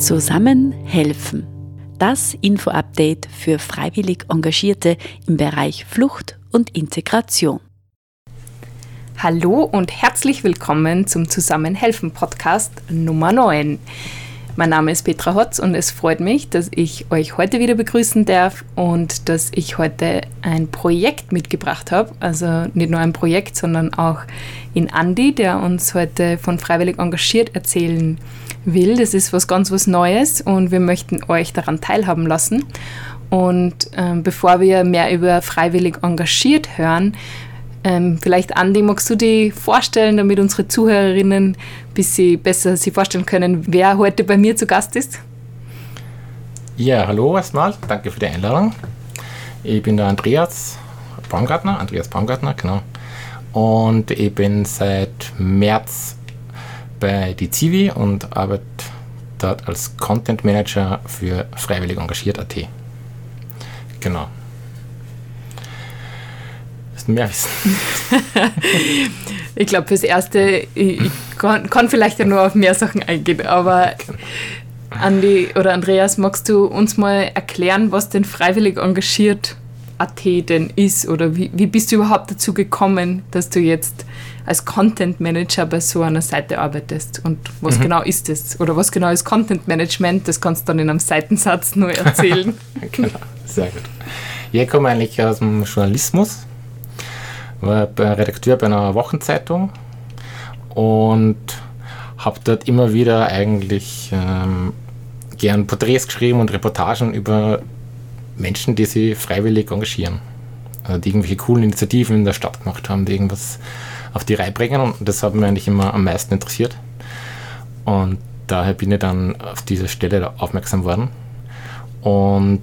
Zusammen helfen. Das Info-Update für freiwillig Engagierte im Bereich Flucht und Integration. Hallo und herzlich willkommen zum Zusammenhelfen-Podcast Nummer 9. Mein Name ist Petra Hotz und es freut mich, dass ich euch heute wieder begrüßen darf und dass ich heute ein Projekt mitgebracht habe. Also nicht nur ein Projekt, sondern auch in Andi, der uns heute von Freiwillig Engagiert erzählen will. Das ist was Neues und wir möchten euch daran teilhaben lassen. Und bevor wir mehr über Freiwillig Engagiert hören, vielleicht Andi, magst du dich vorstellen, damit unsere Zuhörerinnen ein bisschen besser sich vorstellen können, wer heute bei mir zu Gast ist? Ja, hallo erstmal, danke für die Einladung. Ich bin der Andreas Baumgartner, genau. Und ich bin seit März bei die Zivi und arbeite dort als Content Manager für Freiwillig Engagiert.at. Genau. Mehr wissen. Ich glaube, fürs Erste, ich kann vielleicht ja nur auf mehr Sachen eingehen, aber Andi oder Andreas, magst du uns mal erklären, was denn Freiwillig Engagiert.at denn ist oder wie bist du überhaupt dazu gekommen, dass du jetzt als Content Manager bei so einer Seite arbeitest und was genau ist das oder was genau ist Content Management, das kannst du dann in einem Seitensatz nur erzählen. Genau, sehr gut. Ich komme eigentlich aus dem Journalismus, war Redakteur bei einer Wochenzeitung und habe dort immer wieder eigentlich gern Porträts geschrieben und Reportagen über Menschen, die sich freiwillig engagieren. Also die irgendwelche coolen Initiativen in der Stadt gemacht haben, die irgendwas auf die Reihe bringen und das hat mich eigentlich immer am meisten interessiert. Und daher bin ich dann auf diese Stelle aufmerksam worden. Und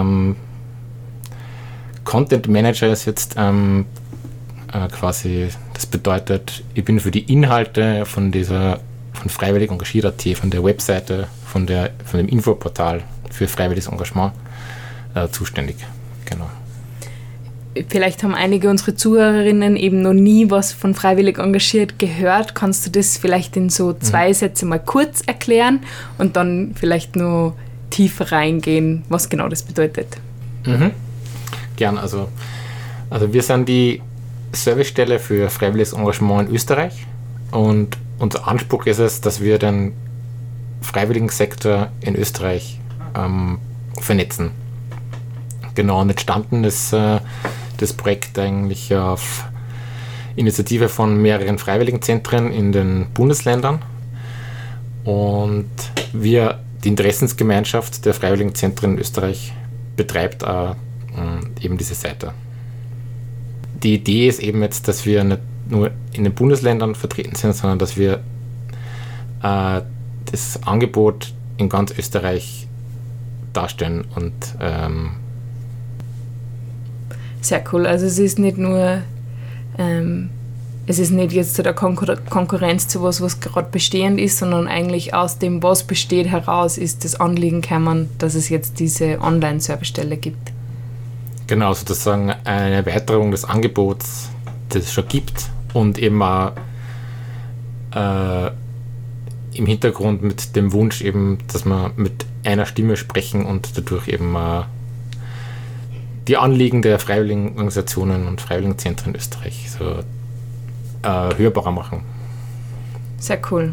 Content Manager ist jetzt quasi, das bedeutet, ich bin für die Inhalte von Freiwillig Engagiert.at, von der Webseite, von dem Infoportal für freiwilliges Engagement zuständig. Genau. Vielleicht haben einige unserer Zuhörerinnen eben noch nie was von Freiwillig Engagiert gehört. Kannst du das vielleicht in so 2 Sätze mal kurz erklären und dann vielleicht nur tiefer reingehen, was genau das bedeutet? Gern. Also wir sind die Servicestelle für freiwilliges Engagement in Österreich und unser Anspruch ist es, dass wir den freiwilligen Sektor in Österreich vernetzen. Genau, und entstanden ist das Projekt eigentlich auf Initiative von mehreren Freiwilligenzentren in den Bundesländern und die Interessensgemeinschaft der Freiwilligenzentren in Österreich betreibt eben diese Seite. Die Idee ist eben jetzt, dass wir nicht nur in den Bundesländern vertreten sind, sondern dass wir das Angebot in ganz Österreich darstellen und sehr cool. Also es ist nicht nur es ist nicht jetzt so der Konkurrenz zu was gerade bestehend ist, sondern eigentlich aus dem, was besteht, heraus ist das Anliegen gekommen, dass es jetzt diese Online-Servicestelle gibt. Genau, sozusagen eine Erweiterung des Angebots, das es schon gibt und eben auch im Hintergrund mit dem Wunsch eben, dass wir mit einer Stimme sprechen und dadurch eben die Anliegen der freiwilligen Organisationen und Freiwilligenzentren in Österreich so hörbarer machen. Sehr cool.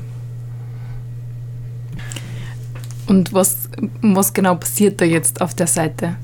Und was genau passiert da jetzt auf der Seite?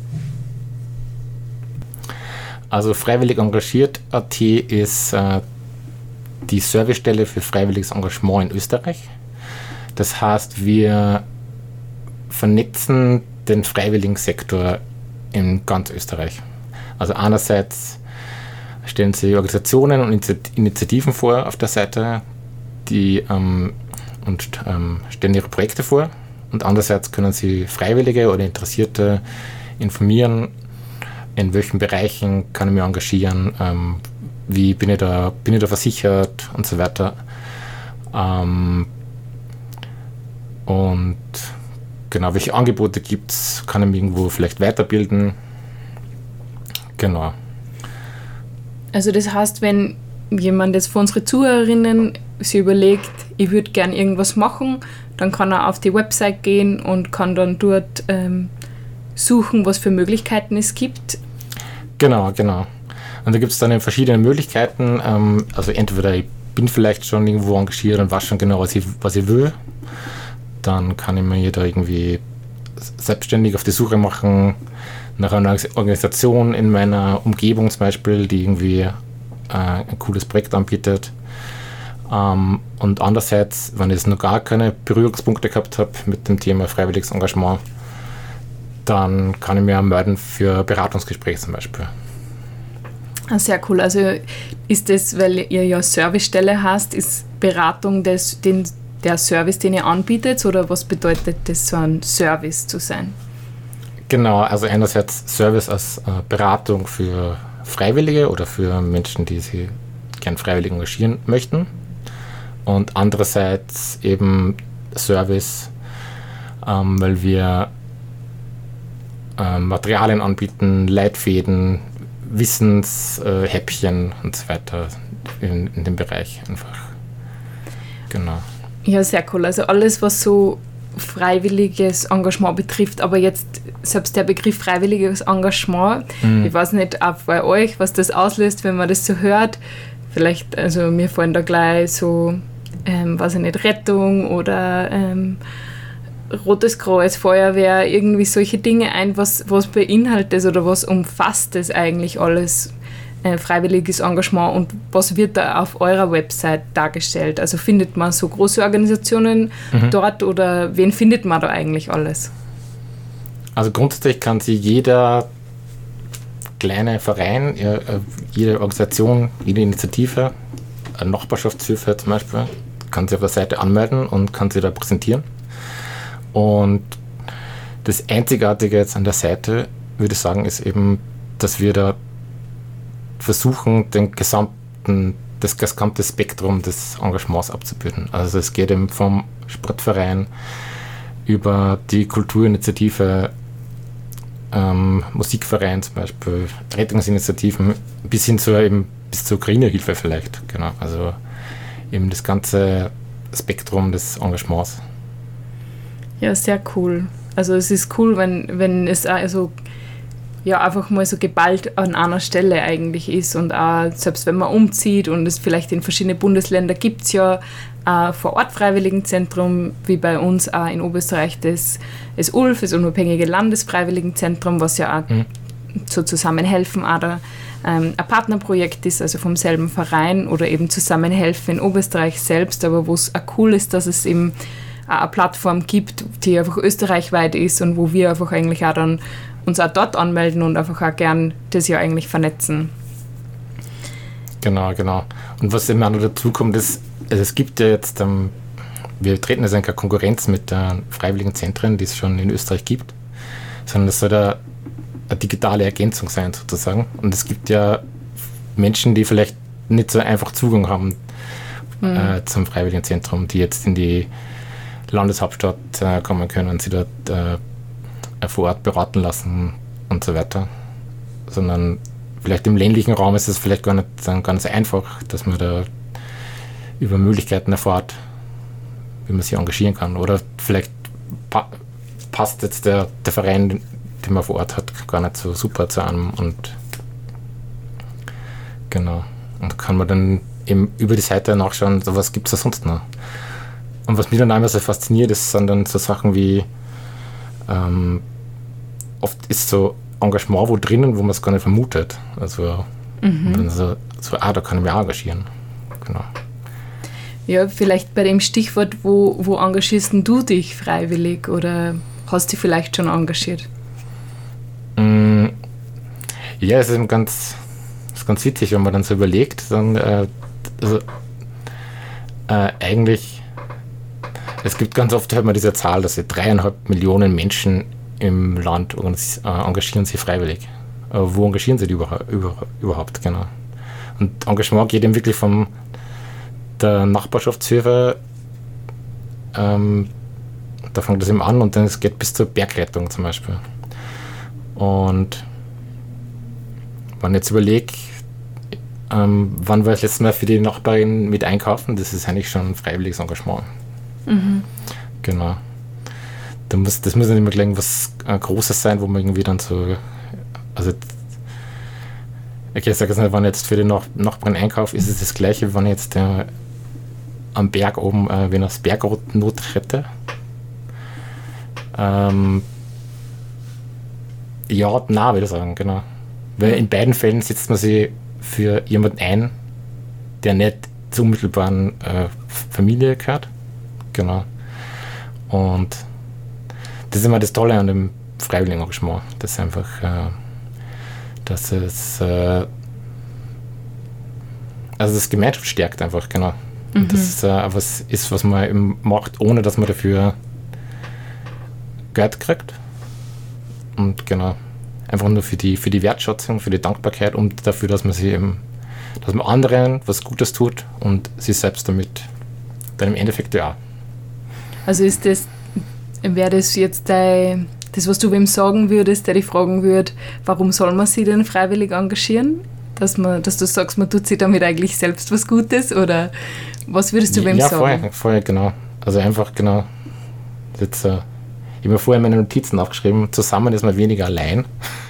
Also Freiwillig Engagiert.at ist die Servicestelle für freiwilliges Engagement in Österreich. Das heißt, wir vernetzen den freiwilligen Sektor in ganz Österreich. Also einerseits stellen sie Organisationen und Initiativen vor auf der Seite, die stellen ihre Projekte vor und andererseits können sie Freiwillige oder Interessierte informieren, in welchen Bereichen kann ich mich engagieren, wie bin ich da versichert und so weiter. Und genau, welche Angebote gibt es, kann ich mich irgendwo vielleicht weiterbilden. Genau. Also das heißt, wenn jemand jetzt von unseren Zuhörerinnen sich überlegt, ich würde gern irgendwas machen, dann kann er auf die Website gehen und kann dann dort suchen, was für Möglichkeiten es gibt. Genau. Und da gibt es dann eben verschiedene Möglichkeiten. Also entweder ich bin vielleicht schon irgendwo engagiert und weiß schon genau, was ich will. Dann kann ich mir da irgendwie selbstständig auf die Suche machen nach einer Organisation in meiner Umgebung zum Beispiel, die irgendwie ein cooles Projekt anbietet. Und andererseits, wenn ich jetzt noch gar keine Berührungspunkte gehabt habe mit dem Thema freiwilliges Engagement, dann kann ich mir melden für Beratungsgespräche zum Beispiel. Sehr cool. Also ist das, weil ihr ja Servicestelle hast, ist Beratung der Service, den ihr anbietet, oder was bedeutet das, so ein Service zu sein? Genau, also einerseits Service als Beratung für Freiwillige oder für Menschen, die sich gern freiwillig engagieren möchten, und andererseits eben Service, weil wir Materialien anbieten, Leitfäden, Wissenshäppchen und so weiter in dem Bereich einfach. Genau. Ja, sehr cool. Also alles, was so freiwilliges Engagement betrifft, aber jetzt selbst der Begriff freiwilliges Engagement, ich weiß nicht, auch bei euch, was das auslöst, wenn man das so hört. Vielleicht, also mir fallen da gleich so, weiß ich nicht, Rettung oder Rotes Kreuz, Feuerwehr, irgendwie solche Dinge ein, was beinhaltet es oder was umfasst es eigentlich alles, freiwilliges Engagement, und was wird da auf eurer Website dargestellt? Also findet man so große Organisationen dort, oder wen findet man da eigentlich alles? Also grundsätzlich kann sich jeder kleine Verein, jede Organisation, jede Initiative, eine Nachbarschaftshilfe zum Beispiel, kann sich auf der Seite anmelden und kann sich da präsentieren. Und das Einzigartige jetzt an der Seite, würde ich sagen, ist eben, dass wir da versuchen, das gesamte Spektrum des Engagements abzubilden. Also es geht eben vom Sportverein über die Kulturinitiative, Musikverein zum Beispiel, Rettungsinitiativen, bis zur Ukraine-Hilfe vielleicht. Genau. Also eben das ganze Spektrum des Engagements. Ja, sehr cool. Also es ist cool, wenn es also ja einfach mal so geballt an einer Stelle eigentlich ist, und auch selbst wenn man umzieht und es vielleicht in verschiedene Bundesländer gibt es ja vor Ort Freiwilligenzentrum, wie bei uns auch in Oberösterreich das ULF, das Unabhängige Landesfreiwilligenzentrum, was ja auch so Zusammenhelfen auch ein Partnerprojekt ist, also vom selben Verein, oder eben Zusammenhelfen in Oberösterreich selbst, aber wo es auch cool ist, dass es eben eine Plattform gibt, die einfach österreichweit ist und wo wir einfach eigentlich auch dann uns auch dort anmelden und einfach auch gern das ja eigentlich vernetzen. Genau. Und was immer noch dazu kommt, ist, also es gibt ja jetzt, wir treten also in keine Konkurrenz mit freiwilligen Zentren, die es schon in Österreich gibt, sondern es soll da eine digitale Ergänzung sein sozusagen. Und es gibt ja Menschen, die vielleicht nicht so einfach Zugang haben zum freiwilligen Zentrum, die jetzt in die Landeshauptstadt kommen können und sie dort vor Ort beraten lassen und so weiter. Sondern vielleicht im ländlichen Raum ist es vielleicht gar nicht ganz einfach, dass man da über Möglichkeiten erfährt, wie man sich engagieren kann. Oder vielleicht passt jetzt der Verein, den man vor Ort hat, gar nicht so super zu einem. Und genau. Und kann man dann eben über die Seite nachschauen, so was gibt es da sonst noch. Und was mich dann einmal so fasziniert, sind dann so Sachen wie oft ist so Engagement wo drinnen, wo man es gar nicht vermutet. Also dann da kann ich mich auch engagieren. Genau. Ja, vielleicht bei dem Stichwort, wo engagierst du dich freiwillig oder hast du dich vielleicht schon engagiert? Ja, es ist ganz witzig, wenn man dann so überlegt, dann eigentlich es gibt ganz oft, hört man diese Zahl, dass 3,5 Millionen Menschen im Land engagieren sich freiwillig. Aber wo engagieren sie die überhaupt? Genau. Und Engagement geht eben wirklich von der Nachbarschaftshilfe, da fängt das eben an, und dann es geht bis zur Bergrettung zum Beispiel. Und wenn ich jetzt überlege, wann war das letzte Mal für die Nachbarin mit einkaufen? Das ist eigentlich schon ein freiwilliges Engagement. Genau. Das muss nicht immer gleich was Großes sein, wo man irgendwie dann so, also okay, ich sage jetzt nicht, wenn jetzt für den Nachbarn einkauft, ist es das Gleiche, wenn jetzt am Berg oben, wenn das Bergnot hätte. Ja, nein, würde ich sagen, genau. Weil in beiden Fällen setzt man sich für jemanden ein, der nicht zur unmittelbaren Familie gehört. Genau. Und das ist immer das Tolle an dem freiwilligen Engagement. Das ist einfach, dass es also das Gemeinschaft stärkt einfach, genau. Und das ist was ist, was man eben macht, ohne dass man dafür Geld kriegt. Und genau, einfach nur für die Wertschätzung, für die Dankbarkeit und dafür, dass man anderen was Gutes tut und sich selbst damit dann im Endeffekt ja auch. Also wäre das jetzt das, was du wem sagen würdest, der dich fragen würde, warum soll man sich denn freiwillig engagieren? Dass du sagst, man tut sich damit eigentlich selbst was Gutes, oder was würdest du wem sagen? Ja, vorher, genau. Also einfach, genau. Jetzt, ich habe mir vorher meine Notizen aufgeschrieben, zusammen ist man weniger allein.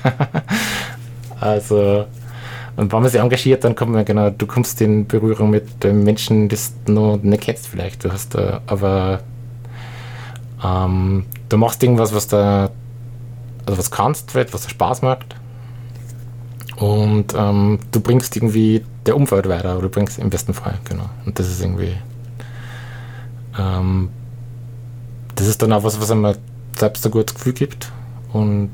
Also, und wenn man sich engagiert, dann kommt man, genau, du kommst in Berührung mit Menschen, die du noch nicht kennst vielleicht. Du hast aber du machst irgendwas, was kannst, was dir Spaß macht. Und du bringst irgendwie der Umwelt weiter, oder du bringst im besten Fall, genau. Und das ist irgendwie das ist dann auch was einem selbst ein gutes Gefühl gibt, und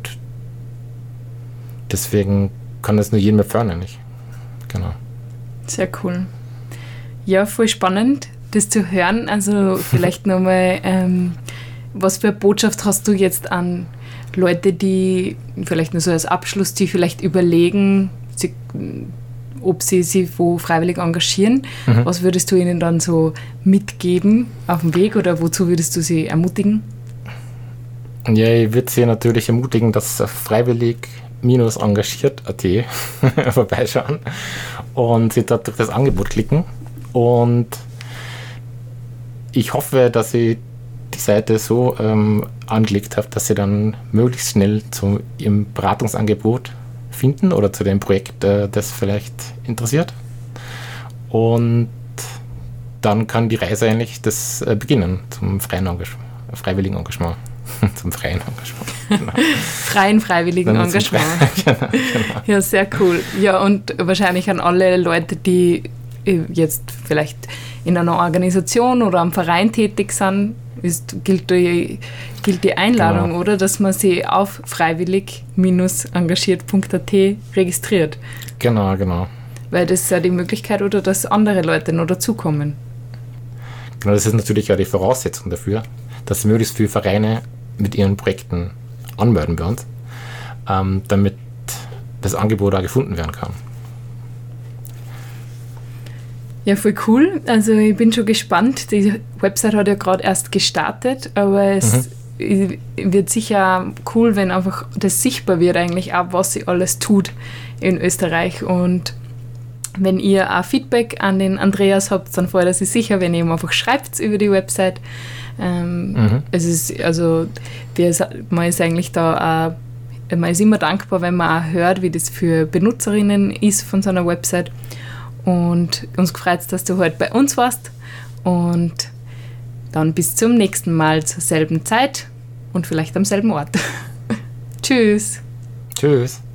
deswegen kann das nur jedem erfahren, eigentlich. Genau. Sehr cool. Ja, voll spannend, das zu hören. Also vielleicht nochmal, was für eine Botschaft hast du jetzt an Leute, die vielleicht nur so als Abschluss, die vielleicht überlegen, ob sie sich wo freiwillig engagieren? Was würdest du ihnen dann so mitgeben auf dem Weg, oder wozu würdest du sie ermutigen? Ja, ich würde sie natürlich ermutigen, dass freiwillig-engagiert.at vorbeischauen und sie dort durch das Angebot klicken. Und ich hoffe, dass ich die Seite so angelegt habe, dass sie dann möglichst schnell zu ihrem Beratungsangebot finden oder zu dem Projekt, das vielleicht interessiert. Und dann kann die Reise eigentlich beginnen zum freiwilligen Engagement. Zum freien Engagement. Genau. Freien freiwilligen Engagement. Genau. Ja, sehr cool. Ja, und wahrscheinlich an alle Leute, die jetzt vielleicht in einer Organisation oder am Verein tätig sind, gilt die Einladung, genau, oder? Dass man sie auf freiwillig-engagiert.at registriert. Genau. Weil das ist ja die Möglichkeit, oder dass andere Leute noch dazukommen. Genau, das ist natürlich auch die Voraussetzung dafür, dass möglichst viele Vereine mit ihren Projekten anmelden bei uns, damit das Angebot auch gefunden werden kann. Ja, voll cool. Also ich bin schon gespannt. Die Website hat ja gerade erst gestartet, aber es wird sicher cool, wenn einfach das sichtbar wird eigentlich auch, was sie alles tut in Österreich. Und wenn ihr auch Feedback an den Andreas habt, dann freut er sich sicher, wenn ihr ihm einfach schreibt über die Website. Es ist, also man ist eigentlich da auch, man ist immer dankbar, wenn man auch hört, wie das für Benutzerinnen ist von so einer Website. Und uns gefreut es, dass du heute bei uns warst. Und dann bis zum nächsten Mal zur selben Zeit und vielleicht am selben Ort. Tschüss. Tschüss.